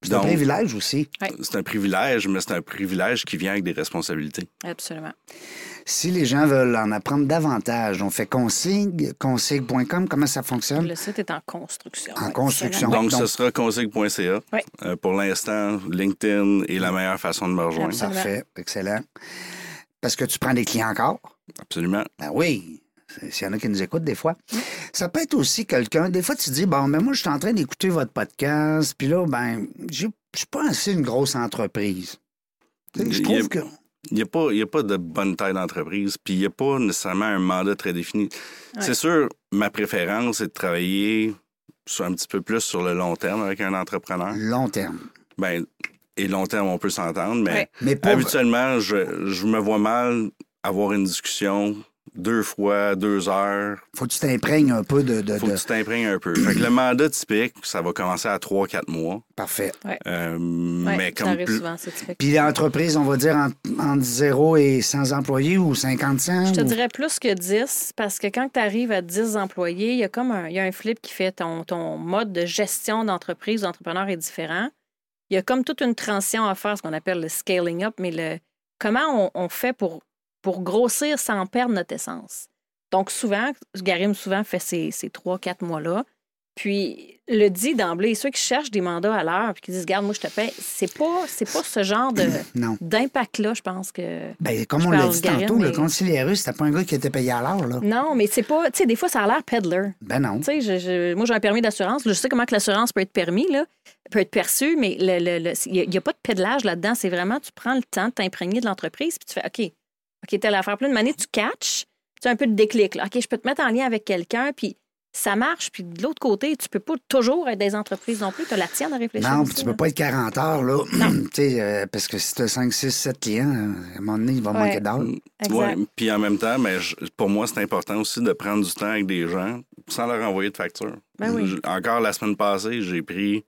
C'est un Donc, privilège aussi. c'est un privilège, mais c'est un privilège qui vient avec des responsabilités. Absolument. Si les gens veulent en apprendre davantage, on fait consigue.com. Comment ça fonctionne? Le site est en construction. En Ouais, construction. excellent. Donc, ce sera consigue.ca. Oui. Pour l'instant, LinkedIn est la meilleure façon de me rejoindre. Absolument. Parfait. Excellent. Parce que tu prends des clients encore? Absolument. Ben oui. S'il y en a qui nous écoutent des fois. Ça peut être aussi quelqu'un. Des fois, tu te dis, bon, mais moi, je suis en train d'écouter votre podcast, puis là, ben, je suis pas assez une grosse entreprise. Tu sais, je trouve que. Il n'y a pas de bonne taille d'entreprise, puis il n'y a pas nécessairement un mandat très défini. Ouais. C'est sûr, ma préférence, c'est de travailler un petit peu plus sur le long terme avec un entrepreneur. Long terme. Ben, et long terme, on peut s'entendre, mais Ouais. Mais pas. habituellement, je me vois mal avoir une discussion 2 fois 2 heures. Faut que tu t'imprègnes un peu de. Faut que tu t'imprègnes un peu. Fait que le mandat typique, ça va commencer à 3-4 mois. Parfait. Ouais. Mais ça comme arrive plus... souvent, c'est typique. Puis l'entreprise, on va dire entre 0 et 100 employés ou 50-100? Je te ou- dirais plus que 10, parce que quand tu arrives à 10 employés, il y a comme un flip qui fait ton mode de gestion d'entreprise, d'entrepreneur est différent. Il y a comme toute une transition à faire, ce qu'on appelle le scaling up, mais comment on fait pour grossir sans perdre notre essence. Donc souvent, Garim souvent fait ces 3-4 mois-là, puis le dit d'emblée, ceux qui cherchent des mandats à l'heure, puis qui disent, regarde, moi je te paye, c'est pas ce genre Non. d'impact-là, je pense que... Ben, comme Je on l'a parle dit Garim, tantôt, le mais- conciliérus, c'était pas un gars qui était payé à l'heure, là. Non, mais c'est pas. Tu sais, des fois, ça a l'air peddler. Ben non. Tu sais, moi, j'ai un permis d'assurance. Je sais comment que l'assurance peut être permis, là, peut être perçue, mais il n'y a pas de pédalage là-dedans. C'est vraiment, tu prends le temps de t'imprégner de l'entreprise, puis tu fais, OK, telle affaire. Puis là, une année, tu catches, tu as un peu de déclic. Là. OK, je peux te mettre en lien avec quelqu'un, puis ça marche. Puis de l'autre côté, tu peux pas toujours être des entreprises non plus. Tu as la tienne à réfléchir. Non, aussi, puis tu là. peux pas être 40 heures, là. Tu sais, parce que si tu as 5, 6, 7 clients, à un moment donné, il va Ouais. manquer d'heures. Exact. Ouais, puis en même temps, mais pour moi, c'est important aussi de prendre du temps avec des gens sans leur envoyer de facture. Ben oui. Encore la semaine passée, j'ai pris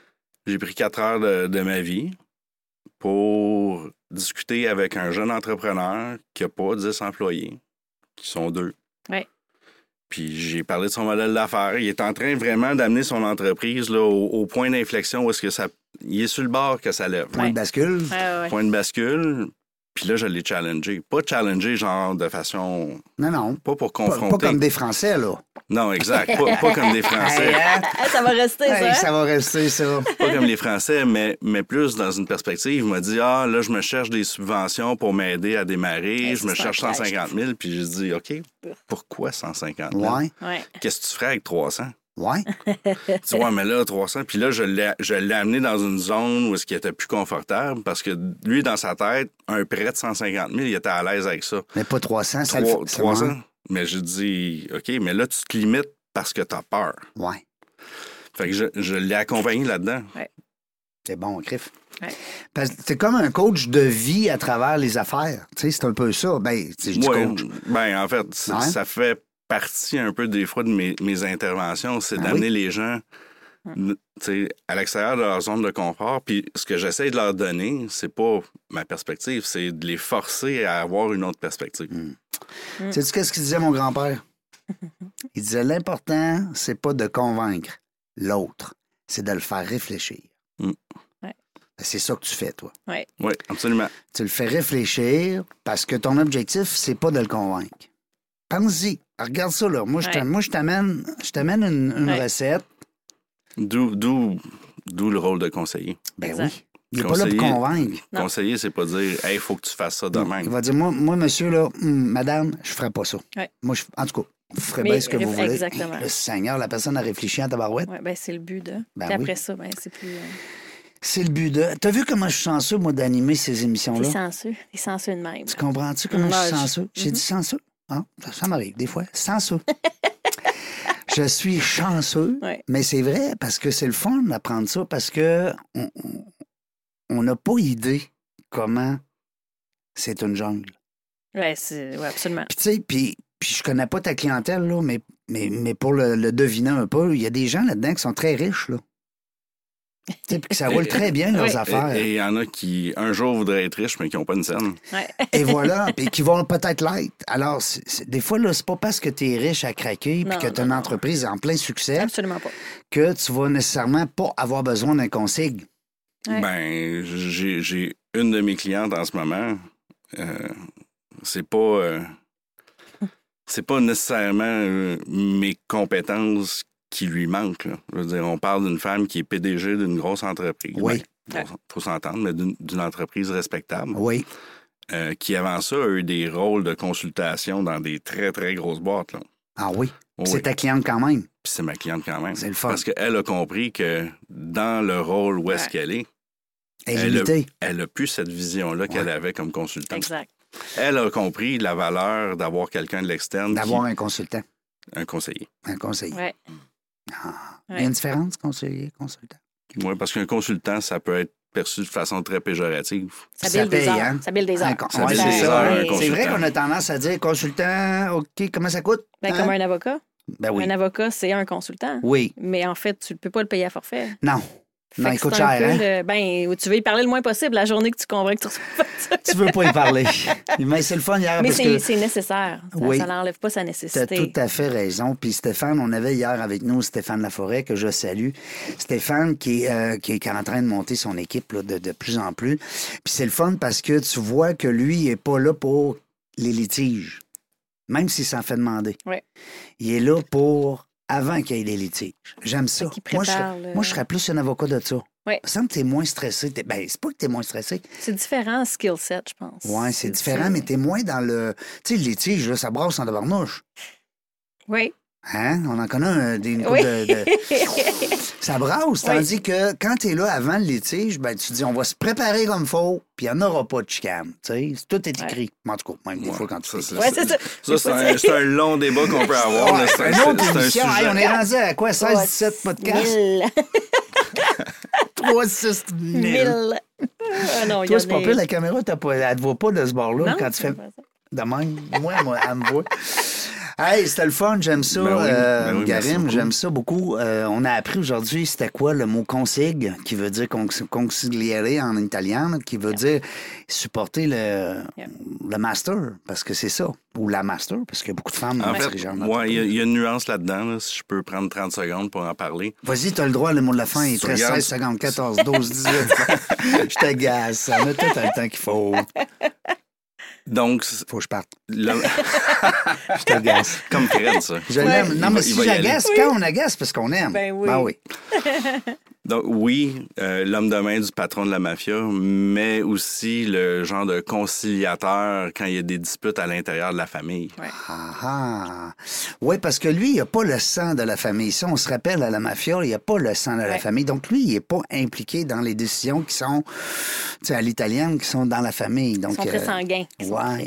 4 heures de ma vie pour discuter avec un jeune entrepreneur qui n'a pas 10 employés, qui sont 2. Ouais. Puis j'ai parlé de son modèle d'affaires. Il est en train vraiment d'amener son entreprise là, au point d'inflexion où est-ce que ça... Il est sur le bord que ça lève. Point de bascule. Ouais. Point de bascule. Puis là, je l'ai challengé. Pas challengé genre de façon... Non, non. Pas pour Pas, confronter. pas comme des Français, là. Non, exact. Pas comme des Français. Hey, hein? Hey, ça va rester, ça. Hey, hein? ça va rester, ça. Pas comme les Français, mais plus dans une perspective. Il m'a dit, là, je me cherche des subventions pour m'aider à démarrer. Hey, Je me c'est cherche un 150 000. Puis j'ai dit, OK, pourquoi 150 000? Ouais, Ouais. Qu'est-ce que tu ferais avec 300? ouais. Tu vois, mais là, 300. Puis là, je l'ai amené dans une zone où est-ce qu'il était plus confortable parce que lui, dans sa tête, un prêt de 150 000, il était à l'aise avec ça. Mais pas 300, ça le fait. 300. Mais je dis, OK, mais là, tu te limites parce que tu as peur. Ouais. Fait que je l'ai accompagné là-dedans. C'est bon, Criff. Ouais. Parce que t'es comme un coach de vie à travers les affaires. Tu sais, c'est un peu ça. Ben, tu sais, je dis Ouais, coach. ben, en fait, Ouais. ça fait partie un peu des fois de mes interventions, c'est Ah d'amener les gens tu sais, à l'extérieur de leur zone de confort. Puis ce que j'essaie de leur donner, c'est pas ma perspective, c'est de les forcer à avoir une autre perspective. Sais-tu qu'est-ce qu'il disait, mon grand-père? Il disait, l'important, c'est pas de convaincre l'autre, c'est de le faire réfléchir. Mm. Ouais. C'est ça que tu fais, toi. Ouais. Oui, absolument. Tu le fais réfléchir parce que ton objectif, c'est pas de le convaincre. Pense-y. Regarde ça, là. Moi, je t'amène une Ouais. recette. D'où le rôle de conseiller. Ben Exact. oui. Il n'est pas là pour convaincre. Non. Conseiller, c'est pas dire, hey, il faut que tu fasses ça de Il même. va dire, moi monsieur, là, madame, je ferai pas ça. Ouais. Moi, en tout cas, vous ferez Mais bien ce que vous voulez. exactement. Le Seigneur, la personne a réfléchi en tabarouette. Ouais, ben, c'est le but de. Ben Puis oui. après ça, ben, c'est plus. C'est le but de... T'as vu comment je suis chanceux, moi, d'animer ces T'es émissions-là? censeux. T'es censeux de même. Tu comprends-tu comment je suis Ouais, chanceux? J'ai dit chanceux. Hein? Ça m'arrive des fois. Chanceux. Je suis chanceux, Ouais. mais c'est vrai parce que c'est le fun d'apprendre ça parce que on n'a pas idée comment c'est une jungle. Ouais, absolument. Puis tu sais, puis je connais pas ta clientèle, là, mais pour le deviner un peu, il y a des gens là-dedans qui sont très riches, là. Tu sais, puis que ça roule très bien, leurs Oui. affaires. Et il y en a qui, un jour, voudraient être riches, mais qui n'ont pas une scène. Ouais. Et voilà, puis qui vont peut-être l'être. Alors, des fois, là, c'est pas parce que tu es riche à craquer puis Non, que tu as une non, non. entreprise en plein succès Absolument pas. que tu vas nécessairement pas avoir besoin d'un consigne. Ouais. Ben, j'ai une de mes clientes en ce moment. C'est pas nécessairement mes compétences qui lui manquent. Là. Je veux dire, on parle d'une femme qui est PDG d'une grosse entreprise. Oui. Ben, faut s'entendre, mais d'une entreprise respectable. Oui. Qui, avant ça, a eu des rôles de consultation dans des très, très grosses boîtes. Là. Ah oui. Oui. C'est ta cliente quand même. Puis c'est ma cliente quand même. C'est le fun. Parce qu'elle a compris que dans le rôle où est-ce qu'elle est, elle a plus cette vision-là qu'elle avait comme consultante. Exact. Elle a compris la valeur d'avoir quelqu'un de l'externe. D'avoir un consultant. Un conseiller. Un conseiller. Ouais. Ah. Il y a une différence, conseiller, consultant. Oui, parce qu'un consultant, ça peut être perçu de façon très péjorative. Ça bille des paye, heures. hein? Ça bille des heures. Ça Ouais, bille c'est des ça. heures, un C'est consultant. vrai qu'on a tendance à dire consultant, OK, comment ça coûte? Ben, Hein? comme un avocat. Ben oui. Un avocat, c'est un consultant. Oui. Mais en fait, tu ne peux pas le payer à forfait. Non. Fait Non, que il coûte c'est un cher, peu hein? ben, tu veux y parler le moins possible la journée que tu comprends que tu reçois pas ça. Tu veux pas y parler. Mais c'est le fun hier Mais parce que... c'est nécessaire. Oui. Ça n'enlève pas sa Tu as nécessité. tout à fait raison. Puis Stéphane, on avait hier avec nous Stéphane Laforêt, que je salue. Stéphane qui est en train de monter son équipe là, de plus en plus. Puis c'est le fun parce que tu vois que lui, il n'est pas là pour les litiges, même s'il s'en fait demander. Ouais. Il est là pour avant qu'il y ait des litiges. J'aime ça. Qu'il Moi, prépare je serais plus un avocat de ça. Ouais. Il me semble que tu es moins stressé. Ben, c'est pas que tu es moins stressé. C'est différent skill set, je pense. Oui, c'est différent, mais tu es moins dans le... Tu sais, le litige, là, ça brasse en tabarnouche. Oui. Hein? On en connaît une couple Oui. de... Ça brasse, tandis que quand tu es là avant le litige, ben, tu dis on va se préparer comme faut, puis il n'y en aura pas de chicane. Tu sais, tout est écrit. En tout cas, même des fois quand tu fais Ouais, c'est ça. C'est un long débat qu'on peut avoir. là. C'est Une autre c'est un émission. sujet. Hey, on est rendu à quoi? 16-17 podcasts? 1000. 3, 6, 1000. 1000. Ah non, il y Toi, en c'est pas a- pire, la caméra, elle te voit pas de ce bord-là Non, quand tu fais c'est pas ça. de même. Moi, elle me voit. Hey, c'était le fun, j'aime ça. Ben oui, ben oui, merci Garim, beaucoup. j'aime ça beaucoup. On a appris aujourd'hui, c'était quoi le mot consigue, qui veut dire consigliere en italien, qui veut dire supporter le master, parce que c'est ça. Ou la master, parce qu'il y a beaucoup de femmes En fait, dirigeantes. il y a une nuance là-dedans, là, si je peux prendre 30 secondes pour en parler. Vas-y, t'as le droit, le mot de la fin, il te reste Regarde. 16 secondes, 14, 12, 18. Je t'agace, on a tout le temps qu'il faut. Donc, Faut que je parte. l'homme- Je t'agace. comme Fred, ça. Je l'aime. Non, Il mais va- si il va y aller. j'agace, quand on agace, parce qu'on aime. Ben oui. Ben oui. Donc, oui, l'homme de main du patron de la mafia, mais aussi le genre de conciliateur quand il y a des disputes à l'intérieur de la famille. Ouais. Ah ah. Oui, parce que lui, il n'a pas le sang de la famille. Si on se rappelle à la mafia, il n'y a pas le sang de la Ouais. famille. Donc, lui, il n'est pas impliqué dans les décisions qui sont, tu sais, à l'italienne, qui sont dans la famille. Donc, Ils sont très sanguins. Ils sont Ouais, très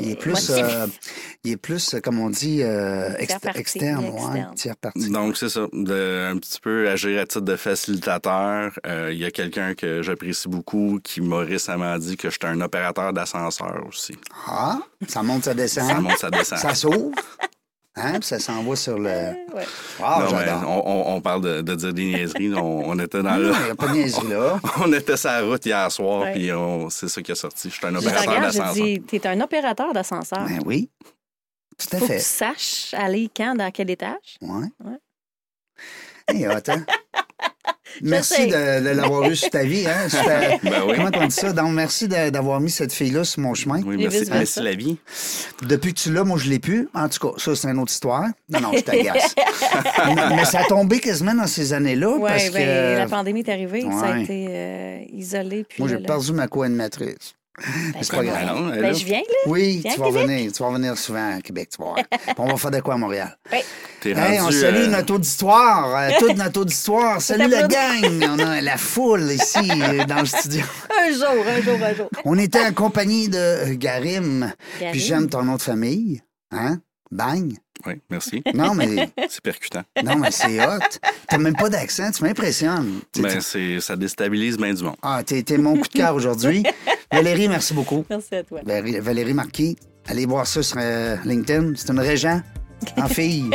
il est plus, comme on dit, Tiers parti, externe. externe. Ouais, tiers parti. Donc, c'est ça, un petit peu agir à titre de facilitateur. Il y a quelqu'un que j'apprécie beaucoup qui m'a récemment dit que j'étais un opérateur d'ascenseur aussi. Ah, ça monte, ça descend. Ça monte, ça descend. Ça s'ouvre. Hein, puis ça s'envoie sur le... Ouais. Ah, Non, mais j'adore. on parle de dire des niaiseries. là. On était dans Non, le... il n'y a pas de niaiserie là. On était sur la route hier soir, Ouais. puis c'est ça qui est sorti. Je suis un Je te opérateur regarde, je d'ascenseur. dis, t'es un opérateur d'ascenseur. Ben oui, tout à Faut que tu fait. saches aller quand, dans quel étage. Ouais. Ouais. Hey, attends. Merci sais. de l'avoir eu sur ta vie. Hein? Sur ta- Ben oui. Comment on dit ça? Donc, merci d'avoir mis cette fille-là sur mon chemin. Oui, Et merci, vice-versa. merci la vie. Depuis que tu l'as, moi, je l'ai plus. En tout cas, ça, c'est une autre histoire. Non, je t'agace. Mais ça a tombé quasiment dans ces années-là Oui, parce que la pandémie est arrivée, ça a Ouais. été isolé. Puis moi, j'ai là, perdu ma co-animatrice. c'est pas grave. Ben non, elle, Ben, là, je viens, là. Oui, Viens tu à vas Québec. venir. Tu vas venir souvent à Québec, tu vas voir. Puis on va faire de quoi à Montréal? t'es Hey, on rendu, salue notre auditoire, toute notre auditoire. Salut la t'applaudis. gang! On a la foule ici dans le studio. Un jour. On était en compagnie de Garim. Garim. Puis j'aime ton nom de famille. Hein? Bang. Oui, merci. Non, mais C'est percutant. c'est hot. T'as même pas d'accent, tu m'impressionnes. Ben, ça déstabilise bien du monde. Ah, t'es mon coup de cœur aujourd'hui. Valérie, merci beaucoup. Merci à toi. Valérie Marquis, allez voir ça sur LinkedIn. C'est une régent en fille.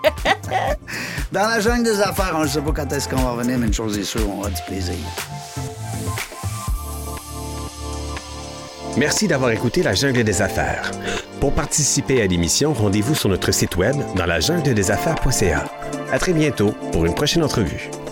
Dans la jungle des affaires, on ne sait pas quand est-ce qu'on va revenir, mais une chose est sûre, on aura du plaisir. Merci d'avoir écouté La Jungle des Affaires. Pour participer à l'émission, rendez-vous sur notre site web dans la jungle des affaires.ca. À très bientôt pour une prochaine entrevue.